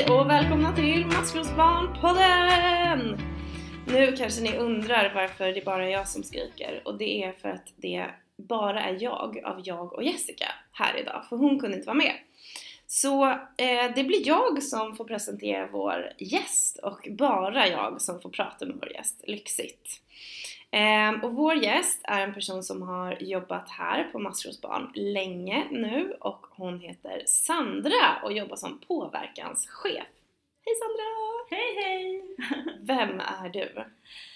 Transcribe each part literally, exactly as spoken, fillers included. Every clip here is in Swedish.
Hej och välkomna till Maskrosbarnpodden! Nu kanske ni undrar varför det bara är jag som skriker. Och det är för att det bara är jag av jag och Jessica här idag. För hon kunde inte vara med. Så eh, det blir jag som får presentera vår gäst. Och bara jag som får prata med vår gäst. Lyxigt! Eh, och vår gäst är en person som har jobbat här på Maskrosbarn länge nu. Och hon heter Sandra och jobbar som påverkanschef. Hej Sandra! Hej hej! Vem är du?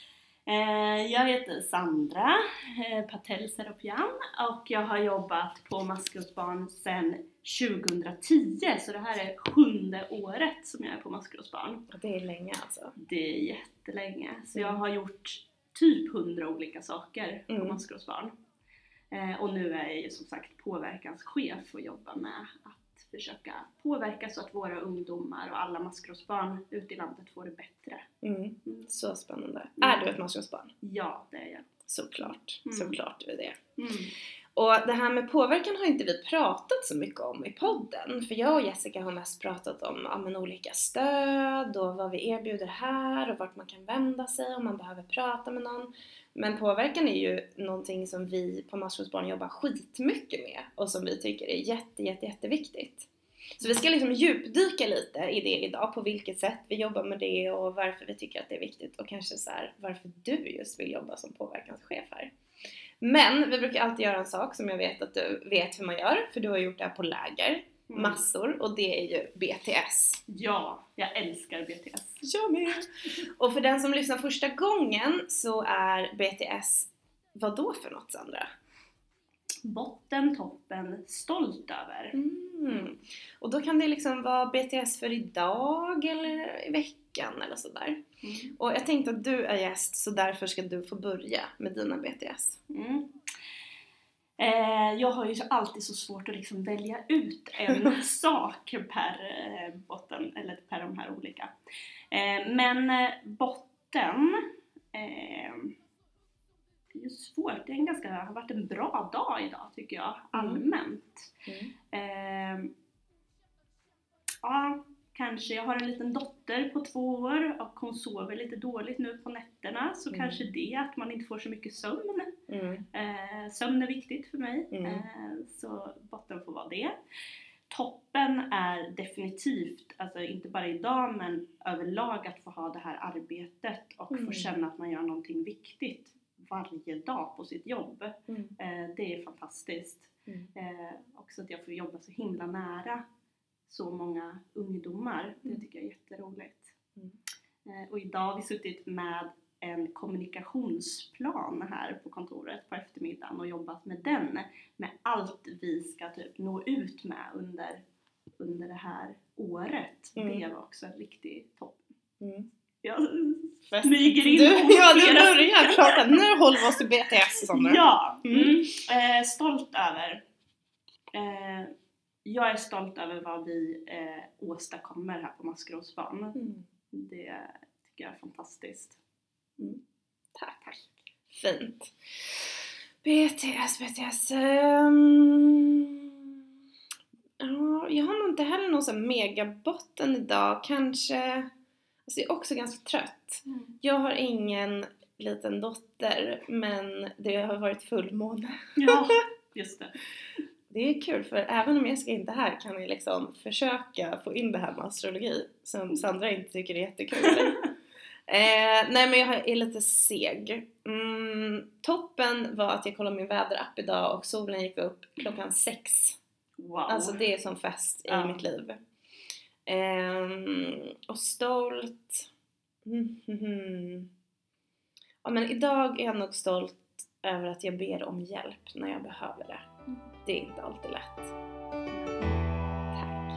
Eh, jag heter Sandra eh, Patel Seropian och jag har jobbat på Maskrosbarn sedan tjugohundratio, så det här är sjunde året som jag är på Maskrosbarn. Det är länge alltså. Det är jättelänge, så jag har gjort typ hundra olika saker på Mm. Maskrosbarn. Eh, och nu är jag ju som sagt påverkanschef och jobbar med att försöka påverka så att våra ungdomar och alla maskrosbarn ute i landet får det bättre. Mm. Mm. Så spännande. Mm. Är du ett maskrosbarn? Ja, det är jag. Såklart. Mm. Såklart du är det. Mm. Och det här med påverkan har inte vi pratat så mycket om i podden. För jag och Jessica har mest pratat om ja, men olika stöd och vad vi erbjuder här och vart man kan vända sig om man behöver prata med någon. Men påverkan är ju någonting som vi på Maskrosbarn jobbar skitmycket med och som vi tycker är jätte, jätte, jätteviktigt. Så vi ska liksom djupdyka lite i det idag, på vilket sätt vi jobbar med det och varför vi tycker att det är viktigt och kanske så här, varför du just vill jobba som påverkanschef här. Men vi brukar alltid göra en sak som jag vet att du vet hur man gör, för du har gjort det här på läger, Mm. massor, och det är ju B T S. Ja, jag älskar B T S. Jag med! Och för den som lyssnar första gången så är B T S, vad då för något Sandra? Botten, toppen, stolt över. Mm. Och då kan det liksom vara B T S för idag eller i veckan eller sådär. Mm. Och jag tänkte att du är gäst, så därför ska du få börja med dina B T S. Mm. Eh, jag har ju så alltid så svårt att liksom välja ut en sak per eh, botten, eller per de här olika. Eh, men eh, botten, eh, det är svårt. Det är en ganska, har varit en bra dag idag tycker jag, allmänt. Mm. Eh, ja, kanske. Jag har en liten dotter på två år och hon sover lite dåligt nu på nätterna. Så Mm. kanske det, att man inte får så mycket sömn. Mm. Eh, sömn är viktigt för mig. Mm. Eh, så botten får vara det. Toppen är definitivt, alltså inte bara idag men överlag, att få ha det här arbetet och Mm. få känna att man gör någonting viktigt varje dag på sitt jobb. Mm. Eh, det är fantastiskt. Mm. Eh, också att jag får jobba så himla nära så många ungdomar. Det Mm. tycker jag är jätteroligt. Mm. Eh, och idag har vi suttit med en kommunikationsplan här på kontoret på eftermiddagen och jobbat med den. Med allt vi ska typ nå ut med under, under det här året. Mm. Det var också en riktig topp. Mm. Jag Fest. smyger in Du, och ja, du flera- börjar prata. Nu håller vi oss till B T S, Sandra. Ja, Mm. mm. Eh, stolt över. Eh, jag är stolt över vad vi eh, åstadkommer här på Maskrosbarn. Mm. Det tycker jag är fantastiskt. Mm. Tack. Tack. Fint. B T S, B T S. Um... Ja, jag har nog inte heller någon sån här megabotten idag. Kanske... Alltså jag är också ganska trött. Mm. Jag har ingen liten dotter, men det har varit fullmåne. Ja, just det. Det är kul, för även om Jessica inte är här kan vi liksom försöka få in det här med astrologi som Sandra inte tycker är jättekul. eh, nej men jag är lite seg. Mm, toppen var att jag kollade min väderapp idag och solen gick upp klockan sex. Wow. Alltså det är som fest i Ja. mitt liv. Ehm, och stolt. Mm, mm, mm. Ja, men idag är jag nog stolt över att jag ber om hjälp när jag behöver det. Det är inte alltid lätt. Tack.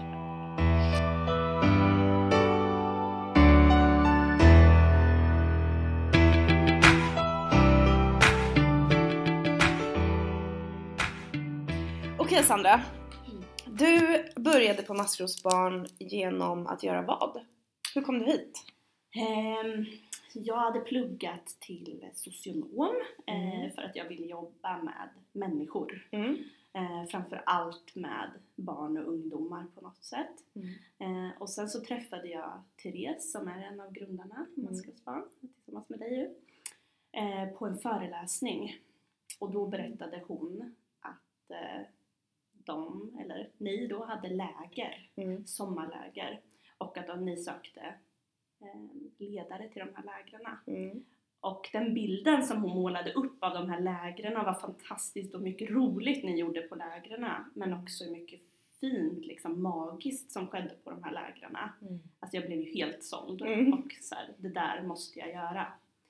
Okej Sandra. Du började på Maskrosbarn genom att göra vad? Hur kom du hit? Ehm, jag hade pluggat till socionom Mm. eh, för att jag ville jobba med människor. Mm. Eh, framför allt med barn och ungdomar på något sätt. Mm. Eh, och sen så träffade jag Therese som är en av grundarna i Mm. Maskrosbarn tillsammans med dig ju, eh, på en föreläsning. Och då berättade hon att eh, de, eller ni då, hade läger, Mm. sommarläger. Och att de, ni sökte eh, ledare till de här lägren. Mm. Och den bilden som hon målade upp av de här lägren var fantastiskt och mycket roligt ni gjorde på lägren. Men också mycket fint, liksom magiskt som skedde på de här lägren. Mm. Alltså jag blev ju helt såld. Mm. Och så här, det där måste jag göra.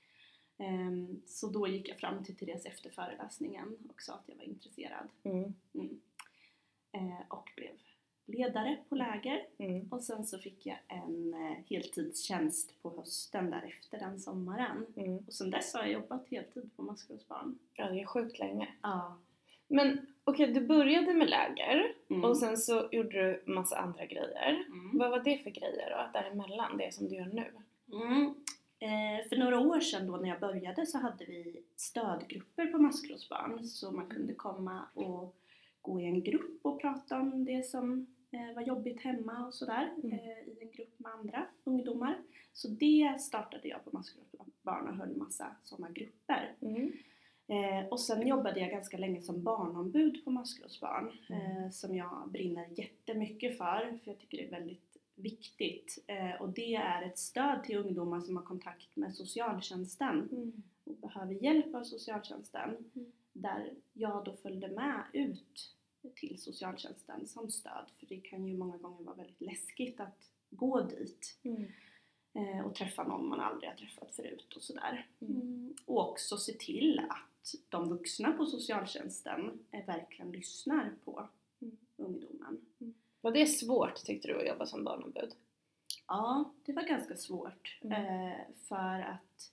Um, så då gick jag fram till Therese efter föreläsningen och sa att jag var intresserad. Mm. Mm. Uh, och blev ledare på läger. Mm. Och sen så fick jag en uh, heltidstjänst på hösten därefter den sommaren. Mm. Och sen dess har jag jobbat heltid på Maskrosbarn. Ja, det är sjukt länge. Ja. Men okej, okay, du började med läger Mm. och sen så gjorde du massa andra grejer. Mm. Vad var det för grejer då, däremellan, det som du gör nu? Mm. Eh, för några år sedan då när jag började så hade vi stödgrupper på Maskrosbarn. Så man kunde komma och gå i en grupp och prata om det som eh, var jobbigt hemma och sådär. Mm. Eh, I en grupp med andra ungdomar. Så det startade jag på Maskrosbarn och höll massa sådana grupper. Mm. Eh, och sen jobbade jag ganska länge som barnombud på Maskrosbarn. Mm. Eh, som jag brinner jättemycket för. För jag tycker det är väldigt viktigt. Eh, och det är ett stöd till ungdomar som har kontakt med socialtjänsten. Mm. Och behöver hjälp av socialtjänsten. Mm. Där jag då följde med ut till socialtjänsten som stöd. För det kan ju många gånger vara väldigt läskigt att gå dit. Mm. Eh, och träffa någon man aldrig har träffat förut och sådär. Mm. Mm. Och också se till att de vuxna på socialtjänsten eh, verkligen lyssnar på Mm. ungdomen. Mm. Var det svårt, tyckte du, att jobba som barnombud? Ja, det var ganska svårt. Mm. Eh, för att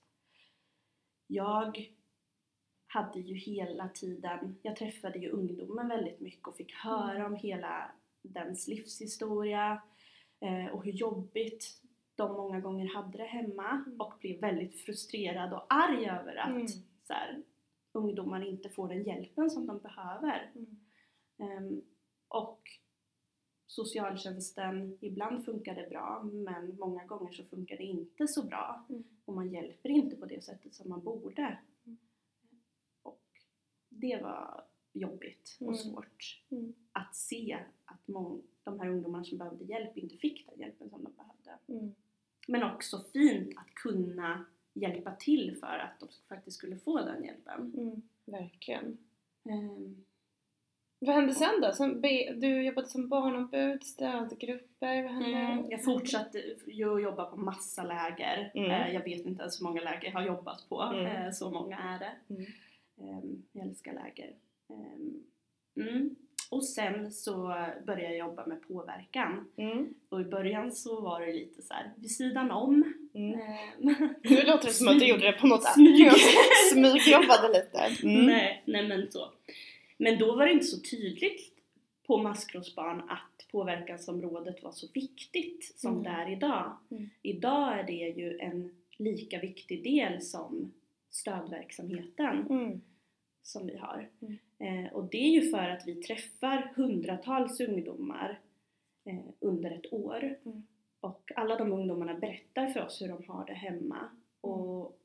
jag hade ju hela tiden, jag träffade ju ungdomen väldigt mycket och fick höra om hela dens livshistoria. Eh, och hur jobbigt de många gånger hade det hemma. Mm. Och blev väldigt frustrerad och arg över att Mm. så här, ungdomar inte får den hjälpen som de behöver. Mm. Um, och socialtjänsten, ibland funkar det bra men många gånger så funkar det inte så bra. Mm. Och man hjälper inte på det sättet som man borde. Mm. Och det var jobbigt och Mm. svårt Mm. att se att mång- de här ungdomarna som behövde hjälp inte fick den hjälpen som de behövde. Mm. Men också fint att kunna hjälpa till för att de faktiskt skulle få den hjälpen. Mm. Verkligen. Um, Vad hände sen då? Sen be- du jobbade som barnombud, stödgrupper, vad hände? Mm, jag fortsatte ju att jobba på massa läger. Mm. Eh, jag vet inte ens hur många läger jag har jobbat på. Mm. Eh, så många är det. Mm. Eh, jag älskar läger. Eh, mm. Och sen så började jag jobba med påverkan. Mm. Och i början så var det lite så här vid sidan om. Mm. Eh, Nu låter det som att du gjorde det på något Smyg. Smygjobbade lite. Mm. nej, nej men så. Men då var det inte så tydligt på Maskrosbarn att påverkansområdet var så viktigt som Mm. det är idag. Mm. Idag är det ju en lika viktig del som stödverksamheten Mm. som vi har. Mm. Eh, och det är ju för att vi träffar hundratals ungdomar eh, under ett år. Mm. Och alla de ungdomarna berättar för oss hur de har det hemma. Och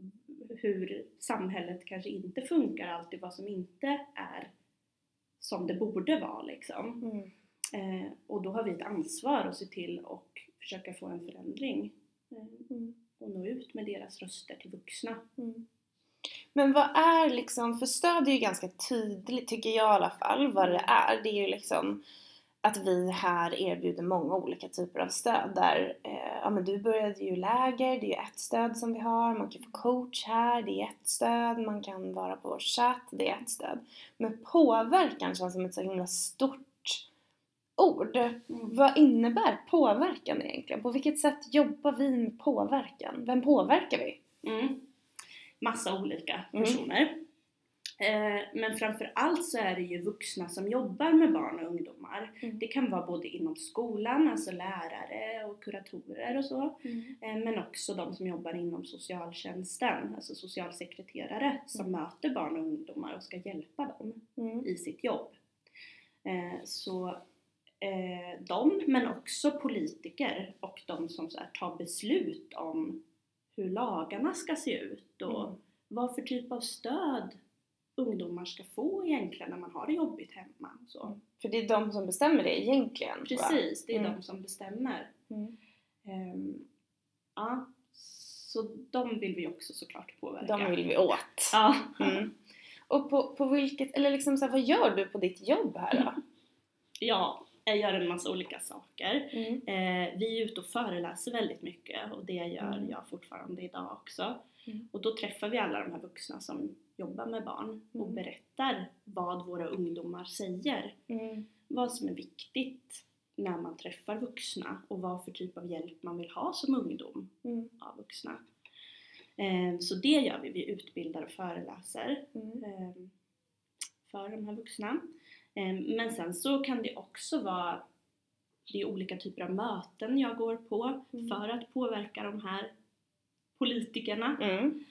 hur samhället kanske inte funkar alltid, vad som inte är som det borde vara liksom. Mm. Eh, och då har vi ett ansvar att se till och försöka få en förändring. Eh, Mm. och nå ut med deras röster till vuxna. Mm. Men vad är liksom, för stöd är ju ganska tydligt, tycker jag i alla fall, vad det är. Det är ju liksom att vi här erbjuder många olika typer av stöd. Där, eh, ja men du började ju läger, det är ju ett stöd som vi har. Man kan få coach här, det är ett stöd. Man kan vara på vår chatt, det är ett stöd. Men påverkan känns som ett så himla stort ord. Mm. Vad innebär påverkan egentligen? På vilket sätt jobbar vi med påverkan? Vem påverkar vi? Mm. Massa olika Mm. personer. Eh, men framför allt så är det ju vuxna som jobbar med barn och ungdomar. Mm. Det kan vara både inom skolan, alltså lärare och kuratorer och så. Mm. Eh, men också de som jobbar inom socialtjänsten, alltså socialsekreterare som Mm. möter barn och ungdomar och ska hjälpa dem Mm. i sitt jobb. Eh, så eh, de, men också politiker och de som så här, tar beslut om hur lagarna ska se ut och Mm. vad för typ av stöd ungdomar ska få egentligen när man har det jobbigt hemma. Så. Mm. För det är de som bestämmer det egentligen. Precis, va? det är Mm. de som bestämmer. Mm. Um, ja, så de vill vi också såklart påverka. De vill vi åt. Ja. Mm. Och på, på vilket, eller liksom så här, vad gör du på ditt jobb här då? Ja, jag gör en massa olika saker. Mm. Eh, vi är ute och föreläser väldigt mycket och det gör Mm. jag fortfarande idag också. Mm. Och då träffar vi alla de här vuxna som jobbar med barn och Mm. berättar vad våra ungdomar säger. Mm. Vad som är viktigt när man träffar vuxna och vad för typ av hjälp man vill ha som ungdom Mm. av vuxna. Eh, så det gör vi, vi utbildar och föreläser Mm. eh, för de här vuxna. Eh, men sen så kan det också vara, det är olika typer av möten jag går på Mm. för att påverka de här politikerna. Mm.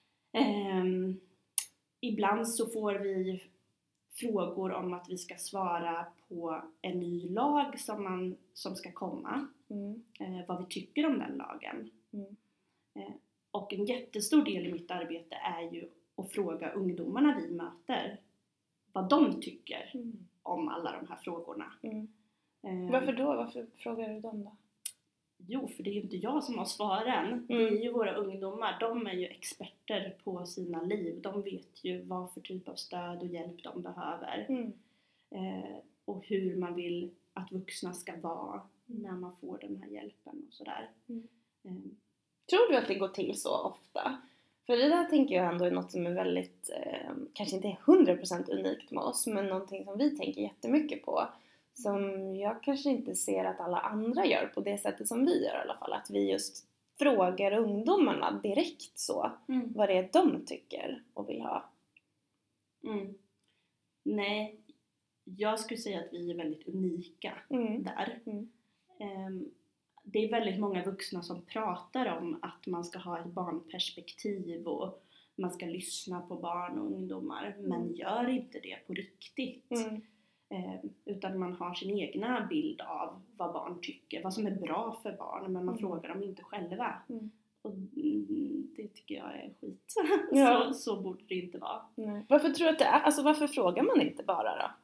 Eh, ibland så får vi frågor om att vi ska svara på en ny lag som, man, som ska komma. Mm. Eh, vad vi tycker om den lagen. Mm. Eh, och en jättestor del i mitt arbete är ju att fråga ungdomarna vi möter vad de tycker Mm. om alla de här frågorna. Mm. Eh, Varför då? Varför frågar du dem då? Jo, för det är ju inte jag som har svaren. Mm. Det är ju våra ungdomar. De är ju experter på sina liv. De vet ju vad för typ av stöd och hjälp de behöver. Mm. Eh, och hur man vill att vuxna ska vara när man får den här hjälpen och sådär. Mm. Eh, Tror du att det går till så ofta? För det där tänker jag ändå är något som är väldigt, eh, kanske inte är hundra procent unikt med oss, men någonting som vi tänker jättemycket på. Som jag kanske inte ser att alla andra gör på det sättet som vi gör i alla fall. Att vi just frågar ungdomarna direkt så, mm. vad det är de tycker och vill ha. Mm. Nej, jag skulle säga att vi är väldigt unika Mm. där. Mm. Um, det är väldigt många vuxna som pratar om att man ska ha ett barnperspektiv och man ska lyssna på barn och ungdomar, Mm. men gör inte det på riktigt. Mm. Um, utan man har sin egna bild av vad barn tycker, vad som är bra för barn, men man Mm. frågar dem inte själva. Mm. Och mm, det tycker jag är skit. Ja. så, så borde det inte vara. Nej. Varför tror du att det är? Alltså varför frågar man inte bara då?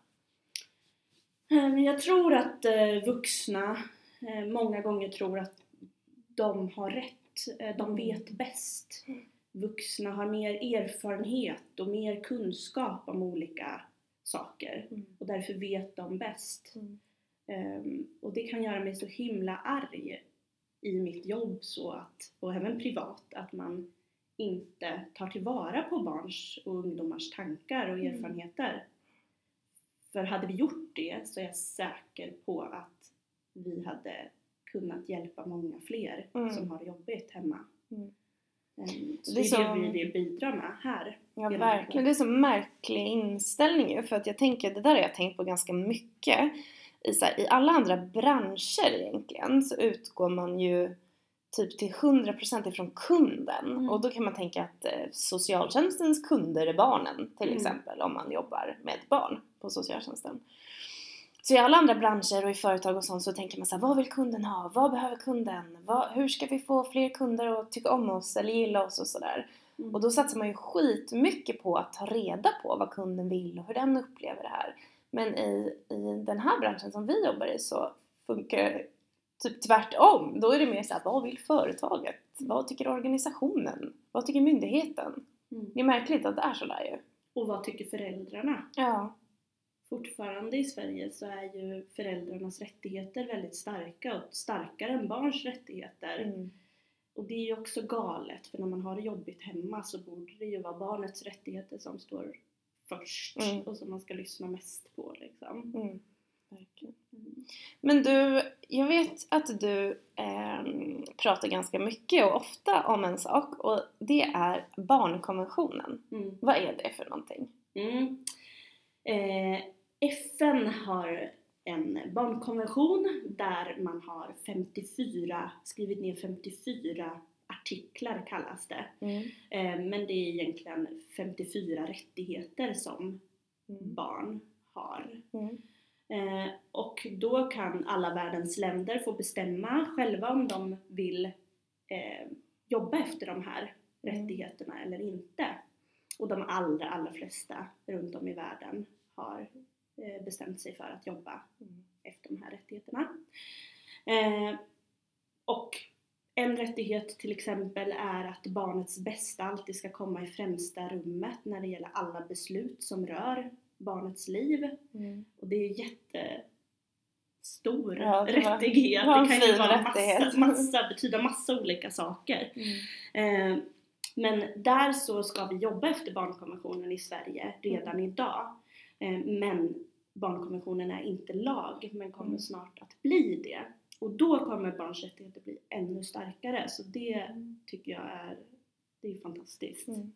Um, jag tror att uh, vuxna uh, många gånger tror att de har rätt, uh, de Mm. vet bäst. Mm. Vuxna har mer erfarenhet och mer kunskap om olika saker. Mm. Och därför vet de bäst. Mm. Um, och det kan göra mig så himla arg i mitt jobb så att, och även privat, att man inte tar tillvara på barns och ungdomars tankar och Mm. erfarenheter. För hade vi gjort det så är jag säker på att vi hade kunnat hjälpa många fler Mm. som har det jobbigt hemma. Mm. Um, så Det det är är det som- vi vill bidra med här. Ja, Genom verkligen. Det är så märklig inställning ju. För att jag tänker, det där har jag tänkt på ganska mycket. I, så här, i alla andra branscher egentligen så utgår man ju typ till hundra procent ifrån kunden. Mm. Och då kan man tänka att eh, socialtjänstens kunder är barnen till Mm. exempel. Om man jobbar med barn på socialtjänsten. Så i alla andra branscher och i företag och sånt så tänker man så här: vad vill kunden ha? Vad behöver kunden? Vad, hur ska vi få fler kunder att tycka om oss eller gilla oss och sådär? Mm. Och då satsar man ju skitmycket på att ta reda på vad kunden vill och hur den upplever det här. Men i, i den här branschen som vi jobbar i så funkar det typ tvärtom. Då är det mer så här: vad vill företaget? Vad tycker organisationen? Vad tycker myndigheten? Mm. Det är märkligt att det är så där ju. Och vad tycker föräldrarna? Ja. Fortfarande i Sverige så är ju föräldrarnas rättigheter väldigt starka och starkare än barns rättigheter. Mm. Och det är ju också galet, för när man har det jobbigt hemma så borde det ju vara barnets rättigheter som står först Mm. och som man ska lyssna mest på liksom. Mm. Verkligen. Mm. Men du, jag vet att du eh, pratar ganska mycket och ofta om en sak, och det är barnkonventionen. Mm. Vad är det för någonting? Mm. Eh, F N har en barnkonvention där man har femtiofyra, skrivit ner femtiofyra artiklar kallas det. Mm. Eh, men det är egentligen femtiofyra rättigheter som Mm. barn har. Mm. Eh, och då kan alla världens länder få bestämma själva om de vill eh, jobba efter de här Mm. rättigheterna eller inte. Och de allra, allra flesta runt om i världen har eh, bestämt sig för att jobba Mm. efter de här rättigheterna. Eh, och en rättighet till exempel är att barnets bästa alltid ska komma i främsta rummet när det gäller alla beslut som rör barnets liv. Mm. Och det är jättestor Ja, det var- rättighet. det var en Det kan ju fin vara rättighet. massa, massa, betyda massa olika saker. Mm. Eh, men där så ska vi jobba efter barnkonventionen i Sverige redan idag. Eh, men barnkonventionen är inte lag, men kommer Mm. snart att bli det. Och då kommer barns rättigheter bli ännu starkare. Så det Mm. tycker jag är, det är fantastiskt. Mm.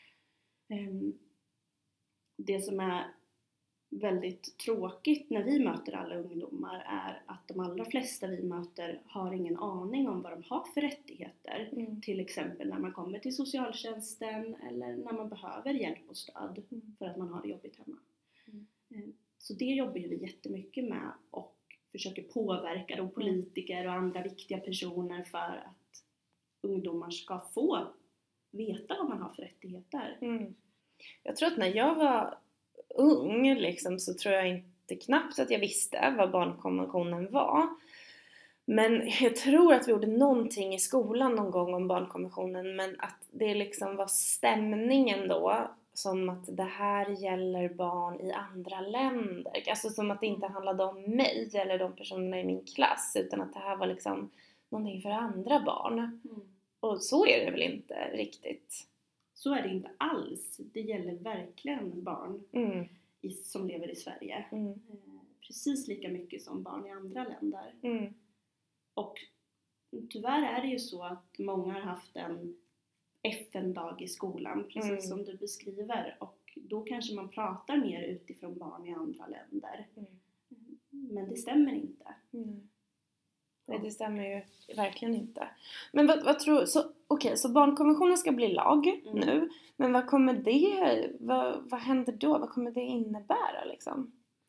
Um, det som är väldigt tråkigt när vi möter alla ungdomar är att de allra flesta vi möter har ingen aning om vad de har för rättigheter. Mm. Till exempel när man kommer till socialtjänsten eller när man behöver hjälp och stöd Mm. för att man har det jobbigt hemma. Mm. Um, så det jobbar ju vi jättemycket med och försöker påverka de politiker och andra viktiga personer för att ungdomar ska få veta vad man har för rättigheter. Mm. Jag tror att när jag var ung liksom, så tror jag inte knappt att jag visste vad barnkonventionen var. Men jag tror att vi gjorde någonting i skolan någon gång om barnkonventionen, men att det liksom var stämningen då som att det här gäller barn i andra länder. Alltså som att det inte handlade om mig eller de personerna i min klass, utan att det här var liksom någonting för andra barn. Mm. Och så är det väl inte riktigt. Så är det inte alls. Det gäller verkligen barn Mm. i, som lever i Sverige. Mm. Eh, precis lika mycket som barn i andra länder. Mm. Och tyvärr är det ju så att många har haft en F N-dag i skolan, precis Mm. som du beskriver. Och då kanske man pratar mer utifrån barn i andra länder. Mm. Men det stämmer inte. Mm. Nej, det stämmer ju verkligen inte. Men vad, vad tror så okej, okay, så barnkonventionen ska bli lag Mm. nu. Men vad kommer det, vad, vad händer då? Vad kommer det innebära liksom?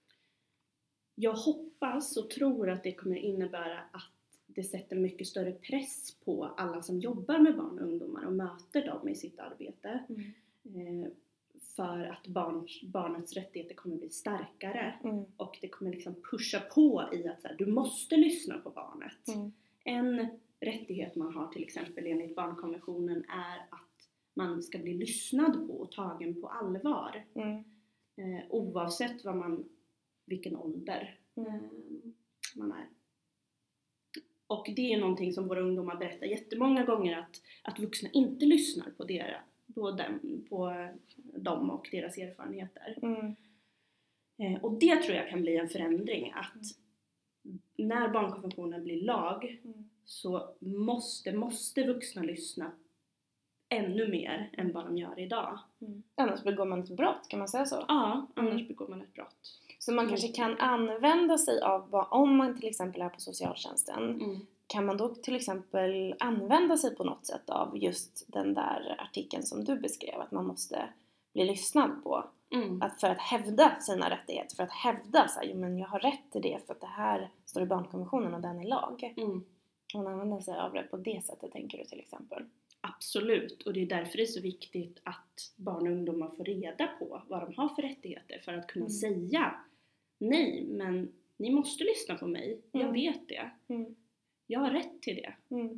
Jag hoppas och tror att det kommer innebära att det sätter mycket större press på alla som jobbar med barn och ungdomar och möter dem i sitt arbete. Mm. Eh, för att barn, barnets rättigheter kommer bli starkare. Mm. Och det kommer liksom pusha på i att så här, du måste lyssna på barnet. Mm. En rättighet man har till exempel enligt barnkonventionen är att man ska bli lyssnad på och tagen på allvar. Mm. Eh, oavsett vad man, vilken ålder Mm. eh, man är. Och det är någonting som våra ungdomar berättar jättemånga gånger, att, att vuxna inte lyssnar på, deras, på, dem, på dem och deras erfarenheter. Mm. Eh, och det tror jag kan bli en förändring, att mm. när barnkonventionen blir lag Mm. så måste, måste vuxna lyssna ännu mer än vad de gör idag. Mm. Annars begår man ett brott, kan man säga så? Ja, annars Mm. begår man ett brott. Så man kanske kan använda sig av, om man till exempel är på socialtjänsten, Mm. kan man då till exempel använda sig på något sätt av just den där artikeln som du beskrev, att man måste bli lyssnad på, Mm. att för att hävda sina rättigheter, för att hävda så här, jo men jag har rätt till det för att det här står i barnkonventionen och den är lag. Mm. Kan man använda sig av det på det sättet, tänker du till exempel? Absolut, och det är därför det är så viktigt att barn och ungdomar får reda på vad de har för rättigheter, för att kunna Mm. säga nej, men ni måste lyssna på mig, jag Mm. vet det, Mm. jag har rätt till det. Mm.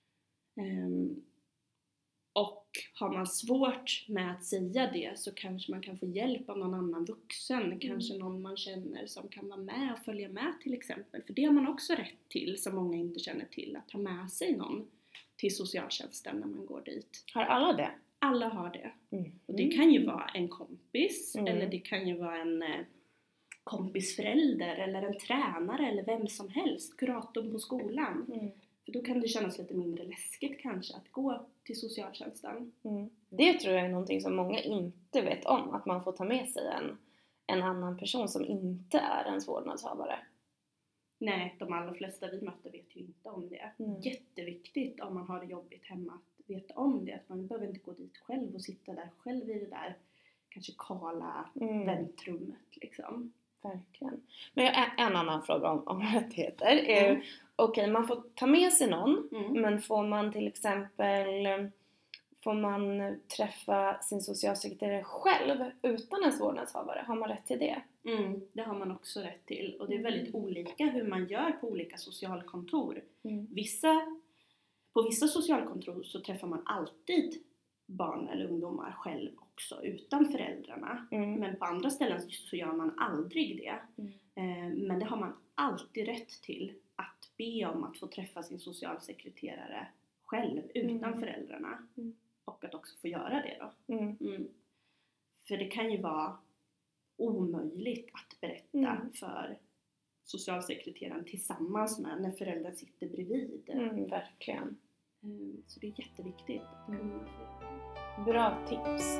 Um, och har man svårt med att säga det, så kanske man kan få hjälp av någon annan vuxen, mm. kanske någon man känner som kan vara med och följa med till exempel, för det har man också rätt till, som många inte känner till, att ta med sig någon till socialtjänsten när man går dit. Har alla det? Alla har det. Mm. Och det kan ju vara en kompis, Mm. eller det kan ju vara en eh, kompisförälder, eller en tränare, eller vem som helst, kuratorn på skolan. Mm. För då kan det kännas lite mindre läskigt kanske att gå till socialtjänsten. Mm. Det tror jag är någonting som många inte vet om, att man får ta med sig en, en annan person som inte är ens vårdnadshavare. Nej, de allra flesta vi möter vet ju inte om det. Mm. Jätteviktigt om man har det jobbigt hemma att veta om det. Att man behöver inte gå dit själv och sitta där själv i det där kanske kala Mm. väntrummet liksom. Verkligen. Men jag har en annan fråga om, om rättigheter. är Mm. Okej, okay, man får ta med sig någon, Mm. men får man till exempel får man träffa sin socialsekreterare själv utan ens vårdnadshavare? Har man rätt till det? Mm, det har man också rätt till. Och det är väldigt olika hur man gör på olika socialkontor. Mm. Vissa, på vissa socialkontor så träffar man alltid barn eller ungdomar själv också utan föräldrarna. Mm. Men på andra ställen så gör man aldrig det. Mm. Eh, men det har man alltid rätt till. Att be om att få träffa sin socialsekreterare själv utan Mm. föräldrarna. Mm. Och att också få göra det då. Mm. Mm. För det kan ju vara omöjligt att berätta Mm. för socialsekreteraren tillsammans med när föräldrar sitter bredvid. Mm, verkligen. Mm, så det är jätteviktigt att Mm. kunna få. Bra tips.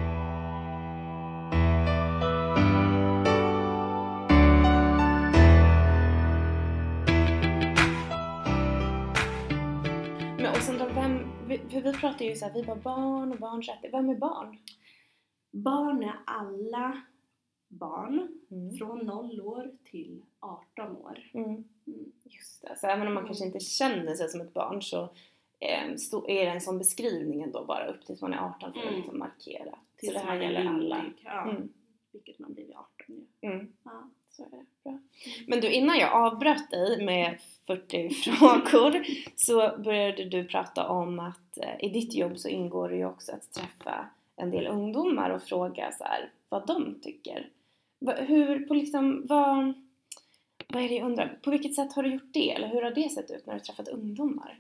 Men och sen då, vem, vi, för vi pratar ju så här, vi var barn och barns rätt. Vem är barn? Barn är alla barn Mm. från noll år till arton år. Mm. Mm. Just det. Så även om man Mm. kanske inte känner sig som ett barn så eh, stå, är det en sån beskrivning ändå bara upp tills man är arton för att Mm. liksom markera. Tills så det här man är gäller alla. myndig. Ja, Mm. vilket man blir vid arton ju. Mm. Ja. Så är det. Bra. Men du, innan jag avbröt dig med fyrtio frågor så började du prata om att eh, i ditt jobb så ingår det ju också att träffa en del ungdomar och fråga så här, vad de tycker. Va, hur, på liksom, vad, vad är det jag undrar? På vilket sätt har du gjort det? Eller hur har det sett ut när du har träffat ungdomar?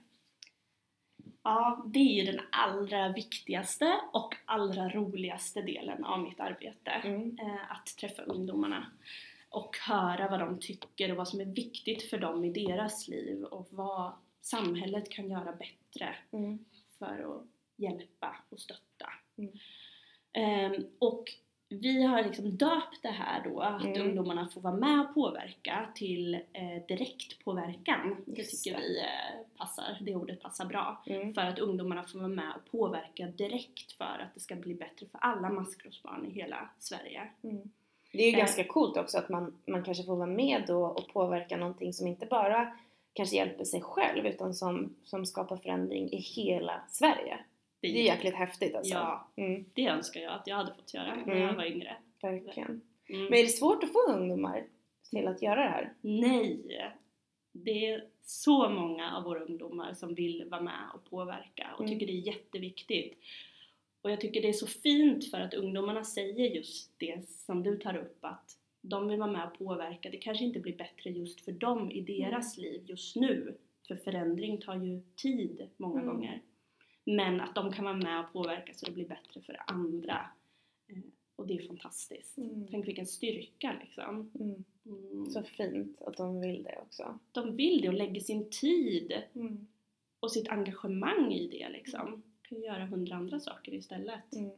Ja, det är ju den allra viktigaste och allra roligaste delen av mitt arbete. Mm. Eh, att träffa ungdomarna och höra vad de tycker och vad som är viktigt för dem i deras liv och vad samhället kan göra bättre Mm. för att hjälpa och stötta. Mm. Eh, och vi har liksom döpt det här då, att Mm. ungdomarna får vara med och påverka till eh, direktpåverkan. Det Just tycker det. vi eh, passar, det ordet passar bra. Mm. För att ungdomarna får vara med och påverka direkt för att det ska bli bättre för alla maskrosbarn i hela Sverige. Mm. Det är ju Eh. ganska coolt också att man, man kanske får vara med då och påverka någonting som inte bara kanske hjälper sig själv utan som, som skapar förändring i hela Sverige. Det är jäkligt häftigt alltså. Ja, Mm. det önskar jag att jag hade fått göra när Mm. jag var yngre. Verkligen. Mm. Men är det svårt att få ungdomar till att göra det här? Nej, det är så många av våra ungdomar som vill vara med och påverka och Mm. tycker det är jätteviktigt. Och jag tycker det är så fint för att ungdomarna säger just det som du tar upp, att de vill vara med och påverka. Det kanske inte blir bättre just för dem i deras liv just nu, för förändring tar ju tid många Mm. gånger. Men att de kan vara med och påverka så det blir bättre för andra. Eh, Och det är fantastiskt. Mm. Tänk vilken styrka liksom. Mm. Mm. Så fint att de vill det också. De vill det och lägger sin tid Mm. och sitt engagemang i det liksom. Kan ju göra hundra andra saker istället. Mm.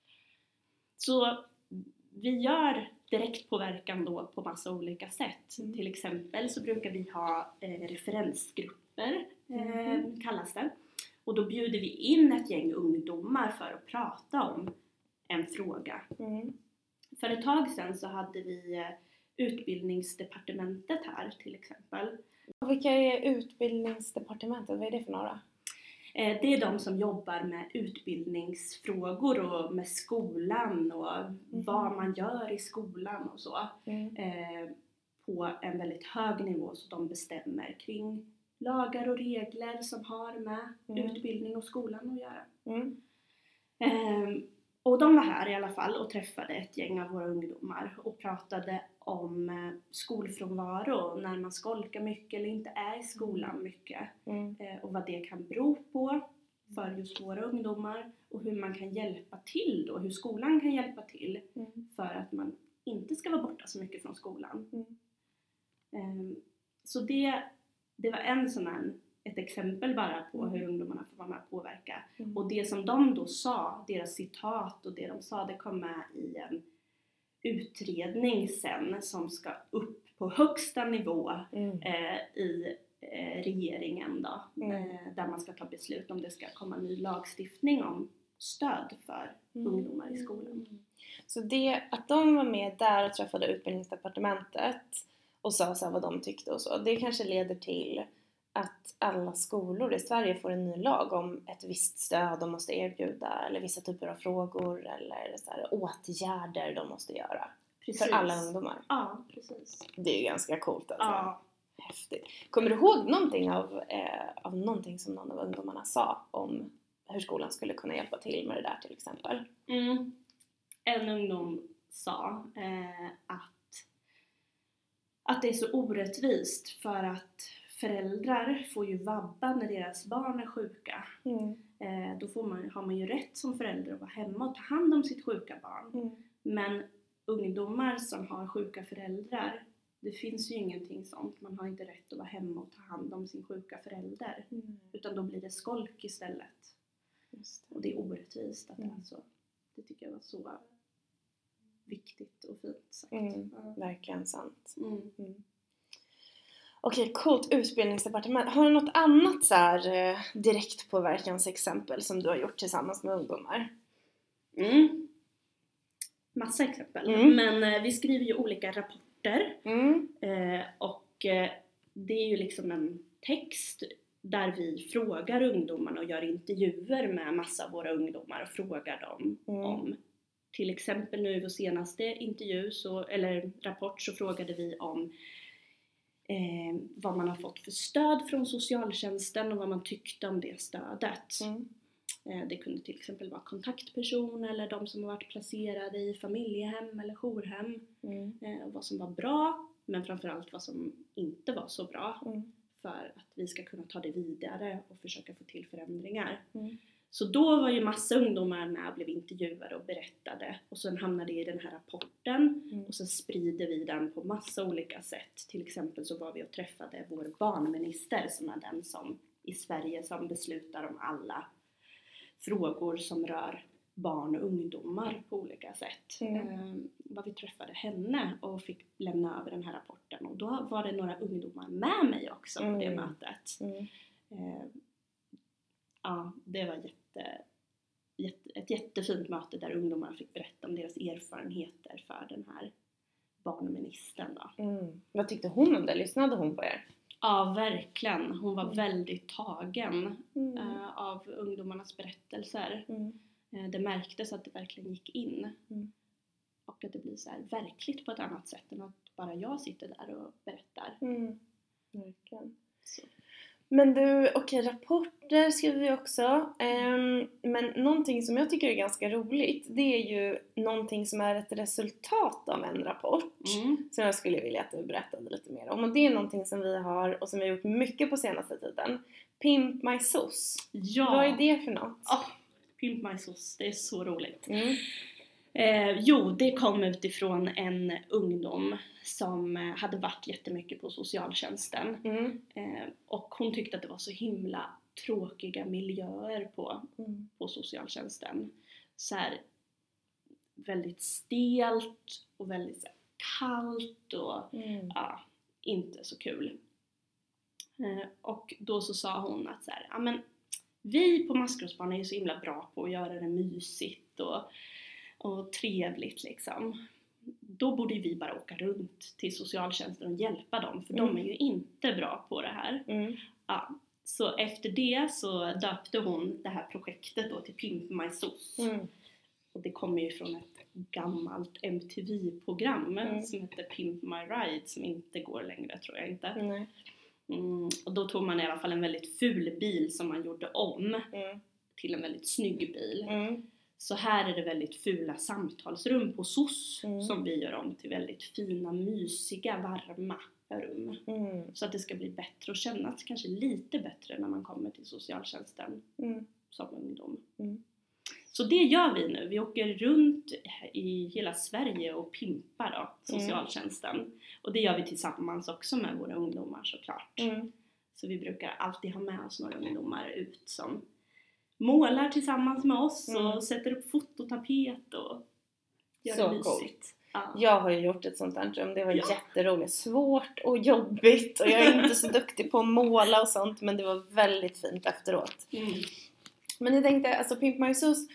Så vi gör direktpåverkan då på massa olika sätt. Mm. Till exempel så brukar vi ha eh, referensgrupper, eh, Mm. kallas det. Och då bjuder vi in ett gäng ungdomar för att prata om en fråga. Mm. För ett tag sedan så hade vi eh, utbildningsdepartementet här till exempel. Och vilka är utbildningsdepartementet? Vad är det för några? Eh, det är de som jobbar med utbildningsfrågor och med skolan och vad man gör i skolan och så. Mm. Eh, på en väldigt hög nivå, så de bestämmer kring lagar och regler som har med Mm. utbildning och skolan att göra. Mm. Eh, och de var här i alla fall och träffade ett gäng av våra ungdomar och pratade om eh, skolfrånvaro, när man skolkar mycket eller inte är i skolan mycket. Mm. Eh, och vad det kan bero på för just våra ungdomar och hur man kan hjälpa till då, hur skolan kan hjälpa till Mm. för att man inte ska vara borta så mycket från skolan. Mm. Eh, så det, det var en sån här, ett exempel bara på Mm. hur ungdomarna får vara med och påverka. Mm. Och det som de då sa, deras citat och det de sa, det kom med i en utredning sen som ska upp på högsta nivå Mm. eh, i eh, regeringen då. Mm. Eh, där man ska ta beslut om det ska komma ny lagstiftning om stöd för mm. ungdomar i skolan. Så det, att de var med där och träffade utbildningsdepartementet och sa så här vad de tyckte och så, det kanske leder till att alla skolor i Sverige får en ny lag om ett visst stöd de måste erbjuda eller vissa typer av frågor eller så här, åtgärder de måste göra. Precis. För alla ungdomar. Ja, precis. Det är ju ganska coolt alltså. Ja. Häftigt. Kommer du ihåg någonting av, eh, av någonting som någon av ungdomarna sa om hur skolan skulle kunna hjälpa till med det där till exempel? Mm. En ungdom sa eh, att, att det är så orättvist för att föräldrar får ju vabba när deras barn är sjuka. Mm. Eh, då får man, har man ju rätt som förälder att vara hemma och ta hand om sitt sjuka barn. Mm. Men ungdomar som har sjuka föräldrar, det finns ju ingenting sånt. Man har inte rätt att vara hemma och ta hand om sin sjuka förälder. Mm. Utan då blir det skolk istället. Just det. Och det är orättvist att mm. det är så. Det tycker jag var så viktigt och fint sagt. Mm. Ja. Verkligen sant. Mm. Mm. Okej, coolt. Utbildningsdepartement. Har du något annat så här eh, direktpåverkansexempel som du har gjort tillsammans med ungdomar? Mm. Massa exempel. Mm. Men eh, vi skriver ju olika rapporter. Mm. Eh, och eh, det är ju liksom en text där vi frågar ungdomarna och gör intervjuer med massa av våra ungdomar och frågar dem Mm. om till exempel nu i vår senaste intervju så, eller rapport så frågade vi om eh, vad man har fått för stöd från socialtjänsten och vad man tyckte om det stödet. Mm. Eh, det kunde till exempel vara kontaktperson eller de som har varit placerade i familjehem eller jourhem. Mm. Eh, vad som var bra men framförallt vad som inte var så bra. Mm. För att vi ska kunna ta det vidare och försöka få till förändringar. Mm. Så då var ju massa ungdomar med och blev intervjuade och berättade. Och sen hamnade det i den här rapporten. Mm. Och sen sprider vi den på massa olika sätt. Till exempel så var vi och träffade vår barnminister som är den som i Sverige som beslutar om alla frågor som rör barn och ungdomar på olika sätt. Mm. Ehm, var vi träffade henne och fick lämna över den här rapporten. Och då var det några ungdomar med mig också på det Mm. mötet. Mm. Ehm, ja, det var jätte, jätte, ett jättefint möte där ungdomar fick berätta om deras erfarenheter för den här barnministern då. Mm. Vad tyckte hon om det? Lyssnade hon på er? Ja, verkligen. Hon var väldigt tagen Mm. uh, av ungdomarnas berättelser. Mm. Uh, det märktes att det verkligen gick in. Mm. Och att det blir så här verkligt på ett annat sätt än att bara jag sitter där och berättar. Mm. Verkligen. Så. Men du, okej, okay, rapporter skriver vi också. Um, men någonting som jag tycker är ganska roligt, det är ju någonting som är ett resultat av en rapport. Mm. Som jag skulle vilja att du berättade lite mer om. Och det är någonting som vi har och som vi har gjort mycket på senaste tiden. Pimp My Sos. Ja. Vad är det för något? Oh, Pimp My Sos, det är så roligt. Mm. Eh, jo, det kom utifrån en ungdom som eh, hade varit jättemycket på socialtjänsten. Mm. Eh, och hon tyckte att det var så himla tråkiga miljöer på, Mm. på socialtjänsten. Så här, väldigt stelt och väldigt så här, kallt och Mm. ja, inte så kul. Eh, och då så sa hon att så här, ja, men vi på Maskrosbarn är ju så himla bra på att göra det mysigt och och trevligt liksom. Då borde vi bara åka runt till socialtjänsten och hjälpa dem. För Mm. de är ju inte bra på det här. Mm. Ja, så efter det så döpte hon det här projektet då till Pimp My Sos. Mm. Och det kommer ju från ett gammalt M T V-program Mm. som heter Pimp My Ride. Som inte går längre, tror jag inte. Nej. Mm, och då tog man i alla fall en väldigt ful bil som man gjorde om Mm. till en väldigt snygg bil. Mm. Så här är det väldigt fula samtalsrum på S O S Mm. som vi gör om till väldigt fina, mysiga, varma rum. Mm. Så att det ska bli bättre och kännas kanske lite bättre när man kommer till socialtjänsten Mm. som ungdom. Mm. Så det gör vi nu. Vi åker runt i hela Sverige och pimpar då, socialtjänsten. Mm. Och det gör vi tillsammans också med våra ungdomar såklart. Mm. Så vi brukar alltid ha med oss några ungdomar ut som målar tillsammans med oss Mm. och sätter upp fototapet och gör Så det mysigt. Ja. Jag har ju gjort ett sånt här rum. Det var Ja. jätteroligt. Svårt och jobbigt. Och jag är inte så duktig på att måla och sånt. Men det var väldigt fint efteråt. Mm. Men jag tänkte, alltså Pimp My Sos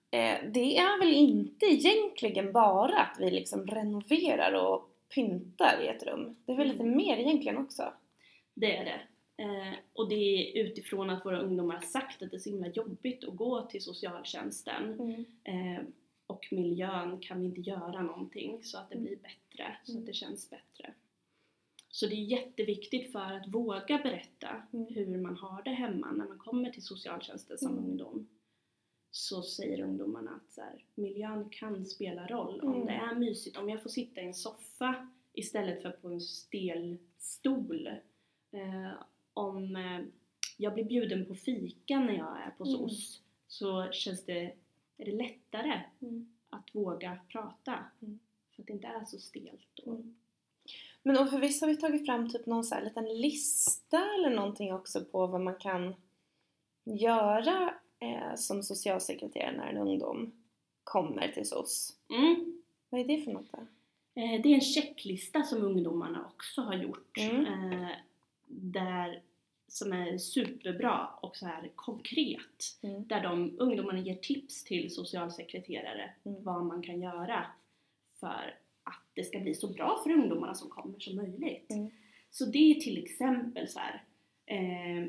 eh, det är väl inte egentligen bara att vi liksom renoverar och pyntar i ett rum. Det är väl lite Mm. mer egentligen också. Det är det. Eh, och det är utifrån att våra ungdomar har sagt att det är så himla jobbigt att gå till socialtjänsten. Mm. Eh, och miljön kan vi inte göra någonting så att det blir bättre, så Mm. att det känns bättre. Så det är jätteviktigt för att våga berätta Mm. hur man har det hemma när man kommer till socialtjänsten som Mm. ungdom. Så säger ungdomarna att så här, miljön kan spela roll. Mm. Om det är mysigt, om jag får sitta i en soffa istället för på en stel stol. Eh, om eh, jag blir bjuden på fika när jag är på S O S, mm. så känns det, är det lättare mm. att våga prata. Mm. För att det inte är så stelt då. Mm. Men och för vissa har vi tagit fram typ någon så här liten lista eller någonting också på vad man kan göra eh, som socialsekreterare när en ungdom kommer till S O S. Mm. Vad är det för något då? Eh, det är en checklista som ungdomarna också har gjort. Mm. Eh, där, som är superbra och så här konkret. Mm. Där de ungdomarna ger tips till socialsekreterare Mm. vad man kan göra för att det ska bli så bra för ungdomarna som kommer som möjligt. Mm. Så det är till exempel så här. Eh,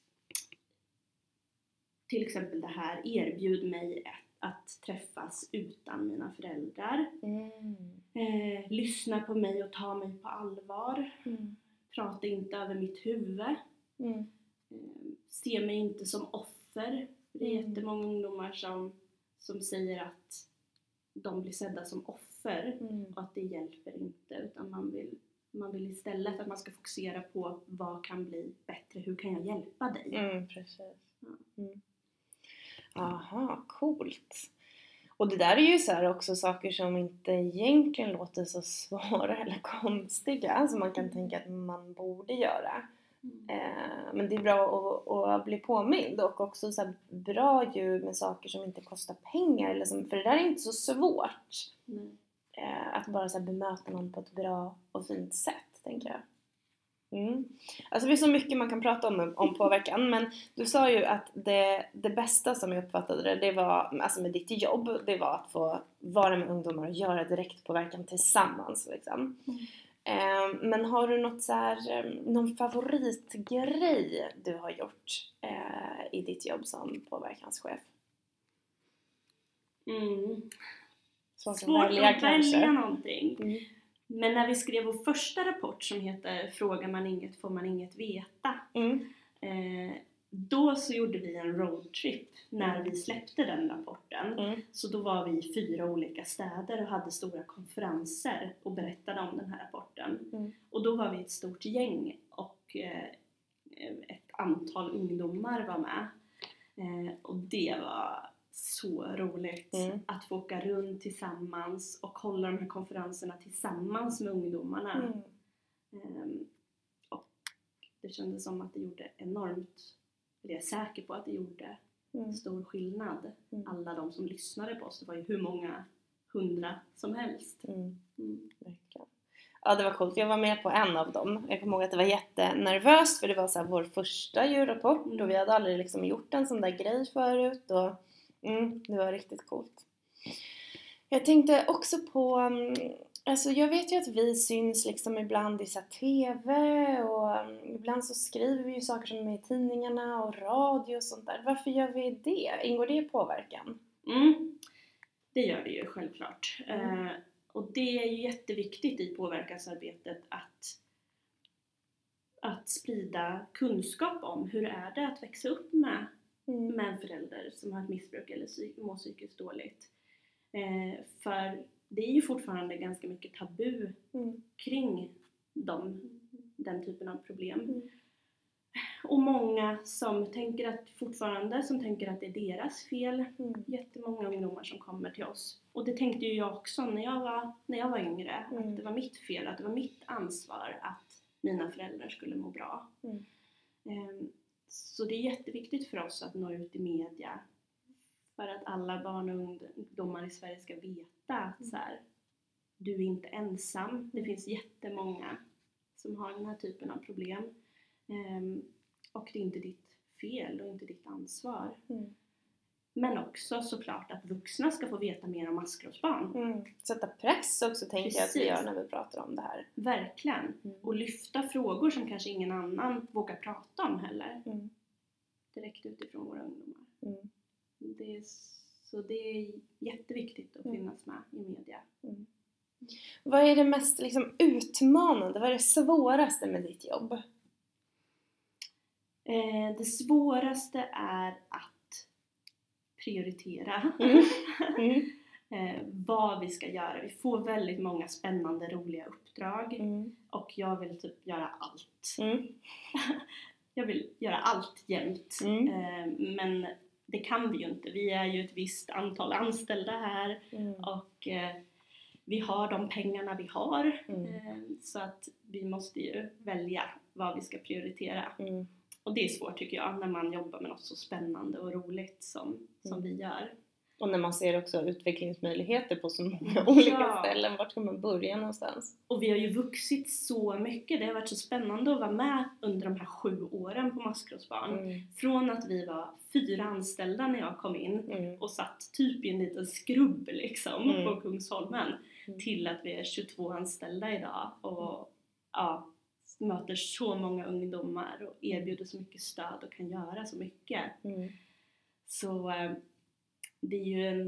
till exempel det här, erbjud mig att, att träffas utan mina föräldrar. Mm. Eh, lyssna på mig och ta mig på allvar. Mm. Prata inte över mitt huvud. Mm. Eh, se mig inte som offer. Det är Mm. jättemånga ungdomar som, som säger att de blir sedda som offer. Mm. Och att det hjälper inte. Utan man vill, man vill istället att man ska fokusera på vad kan bli bättre. Hur kan jag hjälpa dig? Mm, precis. Ja. Mm. Aha, coolt. Och det där är ju så här också saker som inte egentligen låter så svåra eller konstiga som man kan tänka att man borde göra. Mm. Eh, men det är bra att, att bli påmind och också så här bra ju med saker som inte kostar pengar. Eller som, för det där är inte så svårt. Mm. Eh, att bara så här bemöta någon på ett bra och fint sätt, tänker jag. Mm. Alltså det är så mycket man kan prata om, om påverkan, men du sa ju att det, det bästa som jag uppfattade det, det var, alltså med ditt jobb, det var att få vara med ungdomar och göra direktpåverkan tillsammans liksom. Mm. Eh, men har du något så här, någon favoritgrej du har gjort eh, i ditt jobb som påverkanschef? Mm. Svårt, Svårt att välja, kanske. någonting. Mm. Men när vi skrev vår första rapport som heter Frågar man inget får man inget veta. Mm. Eh, då så gjorde vi en roadtrip när vi släppte den rapporten. Mm. Så då var vi i fyra olika städer och hade stora konferenser och berättade om den här rapporten. Mm. Och då var vi ett stort gäng och eh, ett antal ungdomar var med. Eh, och det var så roligt Mm. att få åka runt tillsammans och hålla de här konferenserna tillsammans med ungdomarna. Mm. Um, och det kändes som att det gjorde enormt, eller jag är säker på att det gjorde Mm. stor skillnad. Mm. Alla de som lyssnade på oss, det var ju hur många hundra som helst. Mm. Mm. Verkligen. Ja, det var coolt. Jag var med på en av dem. Jag kommer ihåg att det var jättenervöst för det var så här vår första djurrapport Mm. och vi hade aldrig liksom gjort en sån där grej förut och mm, det var riktigt coolt. Jag tänkte också på, alltså jag vet ju att vi syns liksom ibland i så här tv och ibland så skriver vi ju saker som är med i tidningarna och radio och sånt där. Varför gör vi det? Ingår det i påverkan? Mm. Det gör det ju självklart. Mm. Eh, och det är ju jätteviktigt i påverkansarbetet att, att sprida kunskap om hur är det att växa upp med, Mm. med en förälder som har ett missbruk eller psy- mår psykiskt dåligt. Eh, för det är ju fortfarande ganska mycket tabu Mm. kring dem, den typen av problem. Mm. Och många som tänker att fortfarande som tänker att det är deras fel. Mm. Jättemånga ungdomar som kommer till oss. Och det tänkte ju jag också när jag var, när jag var yngre. Mm. Att det var mitt fel, att det var mitt ansvar att mina föräldrar skulle må bra. Mm. Ehm, så det är jätteviktigt för oss att nå ut i media. För att alla barn och ungdomar i Sverige ska veta att så här, du är inte ensam. Det finns jättemånga som har den här typen av problem. Um, och det är inte ditt fel och inte ditt ansvar. Mm. Men också såklart att vuxna ska få veta mer om maskrosbarn. Mm. Sätta press också tänker jag att vi gör när vi pratar om det här. Verkligen. Mm. Och lyfta frågor som kanske ingen annan vågar prata om heller. Mm. Direkt utifrån våra ungdomar. Mm. Det är, så det är jätteviktigt att finnas med i media. Mm. Vad är det mest liksom, utmanande? Vad är det svåraste med ditt jobb? Eh, det svåraste är att prioritera Mm. Mm. eh, vad vi ska göra. Vi får väldigt många spännande, roliga uppdrag. Mm. Och jag vill typ göra allt. Mm. Jag vill göra allt jämt. Mm. Eh, men det kan vi ju inte. Vi är ju ett visst antal anställda här. Mm. Och eh, vi har de pengarna vi har. Mm. Eh, så att vi måste ju välja vad vi ska prioritera. Mm. Och det är svårt tycker jag när man jobbar med något så spännande och roligt som, som Mm. vi gör. Och när man ser också utvecklingsmöjligheter på så många olika Ja. ställen. Vart ska man börja någonstans? Och vi har ju vuxit så mycket. Det har varit så spännande att vara med under de här sju åren på Maskrosbarn. Mm. Från att vi var fyra anställda när jag kom in Mm. och satt typ i en liten skrubb liksom Mm. på Kungsholmen. Mm. Till att vi är tjugotvå anställda idag och ja, möter så många ungdomar och erbjuder så mycket stöd och kan göra så mycket. Mm. Så eh, det är ju en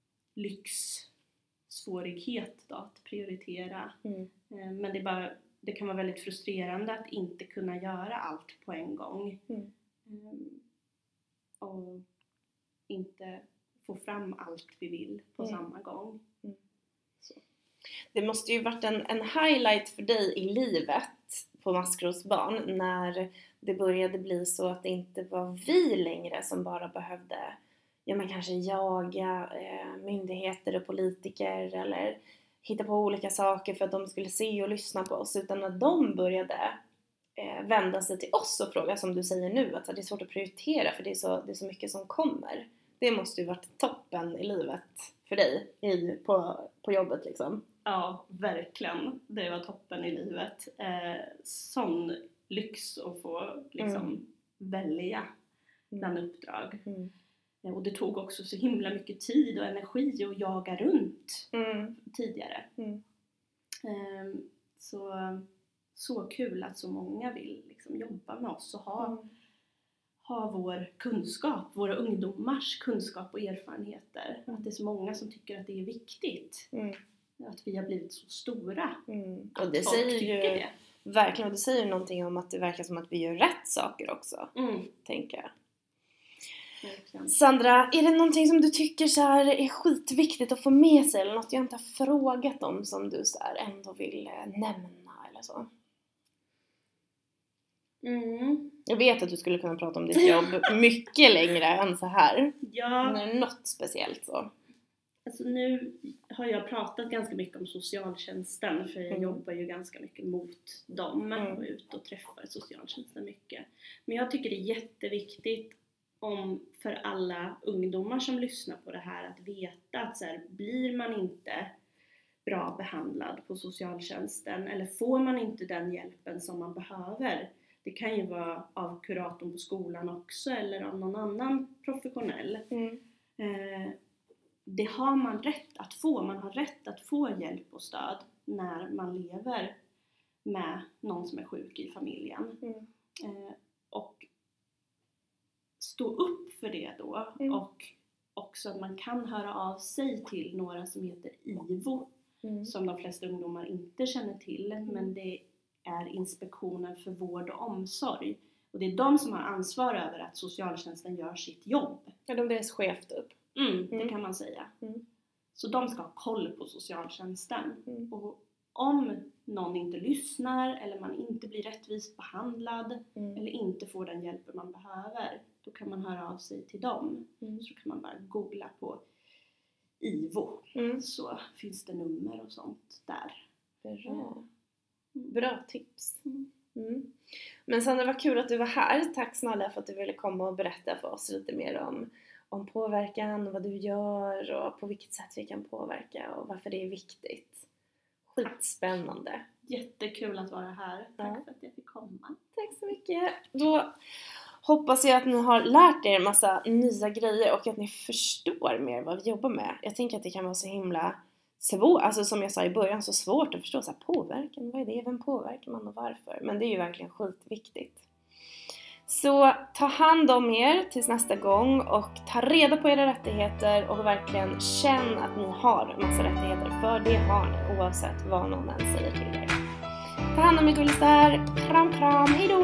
lyxsvårighet då att prioritera. Mm. Eh, men det, är bara, det kan vara väldigt frustrerande att inte kunna göra allt på en gång. Mm. Eh, och inte få fram allt vi vill på Mm. samma gång. Mm. Så. Det måste ju varit en, en highlight för dig i livet på Maskrosbarn när det började bli så att det inte var vi längre som bara behövde ja, men kanske jaga eh, myndigheter och politiker eller hitta på olika saker för att de skulle se och lyssna på oss, utan när de började eh, vända sig till oss och fråga som du säger nu, att det är svårt att prioritera för det är så, det är så mycket som kommer. Det måste ju varit toppen i livet för dig i, på, på jobbet liksom. Ja, verkligen. Det var toppen i livet. Eh, sån lyx att få liksom Mm. välja Mm. bland uppdrag. Mm. Eh, och det tog också så himla mycket tid och energi att jaga runt Mm. tidigare. Mm. Eh, så, så kul att så många vill liksom jobba med oss och ha, Mm. ha vår kunskap, våra ungdomars kunskap och erfarenheter. Mm. Att det är så många som tycker att det är viktigt. Mm. Att vi har blivit så stora. Mm. Att Och det folk säger tycker ju det. verkligen, och det säger ju någonting om att det verkar som att vi gör rätt saker också, Mm, tänker jag. verkligen. Sandra, är det någonting som du tycker så här är skitviktigt att få med sig eller något jag inte har frågat om som du så här ändå vill eh, nämna eller så? Mm. Jag vet att du skulle kunna prata om ditt jobb mycket längre än så här. Ja, Men är det något speciellt så? alltså nu har jag pratat ganska mycket om socialtjänsten för jag Mm. jobbar ju ganska mycket mot dem Mm. och är ute och träffar socialtjänsten mycket. Men jag tycker det är jätteviktigt om för alla ungdomar som lyssnar på det här att veta att så här, blir man inte bra behandlad på socialtjänsten eller får man inte den hjälpen som man behöver, det kan ju vara av kuratorn på skolan också eller av någon annan professionell. Mm. Eh, det har man rätt att få. Man har rätt att få hjälp och stöd när man lever med någon som är sjuk i familjen. Mm. Eh, och stå upp för det då. Mm. Och också att man kan höra av sig till några som heter I V O. Mm. Som de flesta ungdomar inte känner till. Men det är Inspektionen för vård och omsorg. Och det är de som har ansvar över att socialtjänsten gör sitt jobb. Ja, de är deras chef typ. Mm, det Mm. kan man säga. Mm. Så de ska ha koll på socialtjänsten. Mm. Och om någon inte lyssnar eller man inte blir rättvist behandlad Mm. eller inte får den hjälp man behöver, då kan man höra av sig till dem. Mm. Så kan man bara googla på I V O. Mm. Så finns det nummer och sånt där. Bra. Mm. Bra tips. Mm. Mm. Men Sandra, vad kul att du var här. Tack snälla för att du ville komma och berätta för oss lite mer om, om påverkan och vad du gör och på vilket sätt vi kan påverka och varför det är viktigt. Skitspännande. Jättekul att vara här. Tack Ja. för att jag fick komma. Tack så mycket. Då hoppas jag att ni har lärt er en massa nya grejer och att ni förstår mer vad vi jobbar med. Jag tänker att det kan vara så himla svårt, alltså som jag sa i början, så svårt att förstå så här, påverkan, vad är det, vem påverkar man och varför? Men det är ju verkligen skitviktigt. Så ta hand om er tills nästa gång och ta reda på era rättigheter och verkligen känn att ni har en massa rättigheter, för det har ni oavsett vad någon än säger till er. Ta hand om er gullisar, kram kram, hejdå!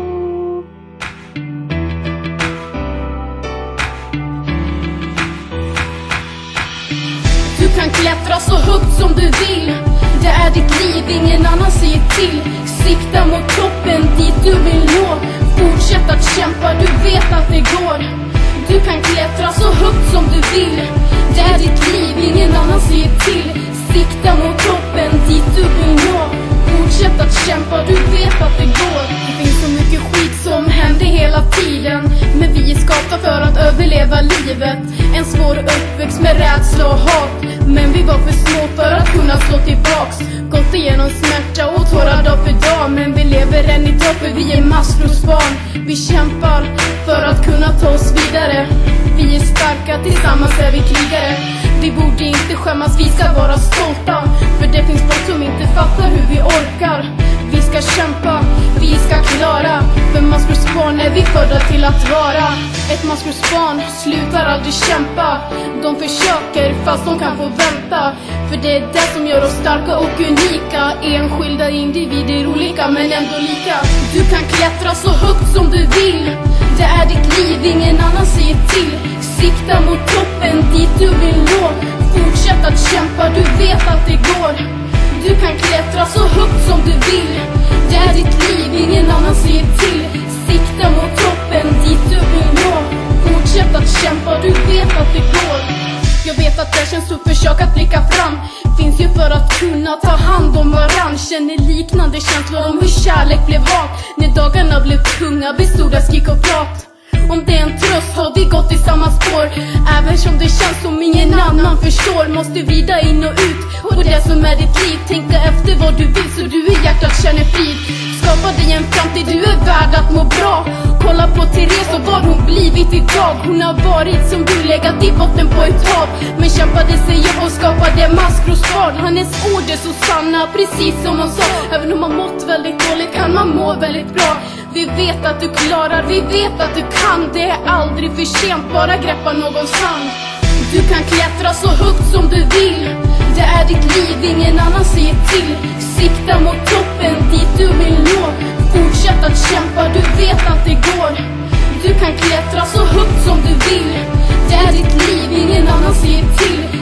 Du kan klättra så högt som du vill. Det är ditt liv, ingen annan säger till. Sikta mot toppen, dit du vill nå. Fortsätt att kämpa, du vet att det går. Du kan klättra så högt som du vill. Det är ditt liv, ingen annan säger till. Sikta mot toppen, dit du vill nå. Fortsätt att kämpa, du vet att det går. Det finns så mycket skit som händer hela tiden, men vi är skapta för att överleva livet. En svår uppväxt med rädsla och hat, men vi var för små för att kunna slå tillbaks. Gått igenom smärta och tårar dag för dag, men vi lever än idag för vi är maskrosbarn. Vi kämpar för att kunna ta oss vidare. Vi är starka, tillsammans är vi krigare. Vi borde inte skämmas, vi ska vara stolta, för det finns folk som inte fattar hur vi orkar. Vi ska kämpa, vi ska klara, för maskrosbarn är vi födda till att vara. Ett maskrosbarn slutar aldrig kämpa. De försöker fast de kan få vänta, för det är det som gör oss starka och unika. Enskilda individer olika men ändå lika. Du kan klättra så högt som du vill. Det är ditt liv, ingen annan säger till. Sikta mot toppen, dit du vill nå. Fortsätt att kämpa, du vet att det går. Du kan klättra så högt som du vill. Det är ditt liv, ingen annan säger till. Sikta mot toppen, dit du vill nå. Fortsätt att kämpa, du vet att det går. Jag vet att det känns att försöka att blicka fram. Finns ju för att kunna ta hand om varann. Känner liknande känslor om hur kärlek blev hat. När dagarna blev tunga bestod av skrik och prat. Om det är en tröst har vi gått i samma spår. Även som det känns som ingen annan förstår, måste vida in och ut på det som är ditt liv. Tänka efter vad du vill så du i hjärtat känner frid. Skapa dig en framtid, du är värd att må bra. Kolla på Therese och vad hon blivit idag. Hon har varit som du, legat i botten på ett hav, men kämpade sig upp och skapade maskrosbarn. Hennes ord är så sanna, precis som hon sa. Även om man mått väldigt dåligt kan man må väldigt bra. Vi vet att du klarar, vi vet att du kan. Det är aldrig för sent, bara greppa någons hand. Du kan klättra så högt som du vill. Det är ditt liv, ingen annan säger till. Sikta mot toppen, dit du vill nå. Fortsätt att kämpa, du vet att det går. Du kan klättra så högt som du vill. Det är ditt liv, ingen annan säger till.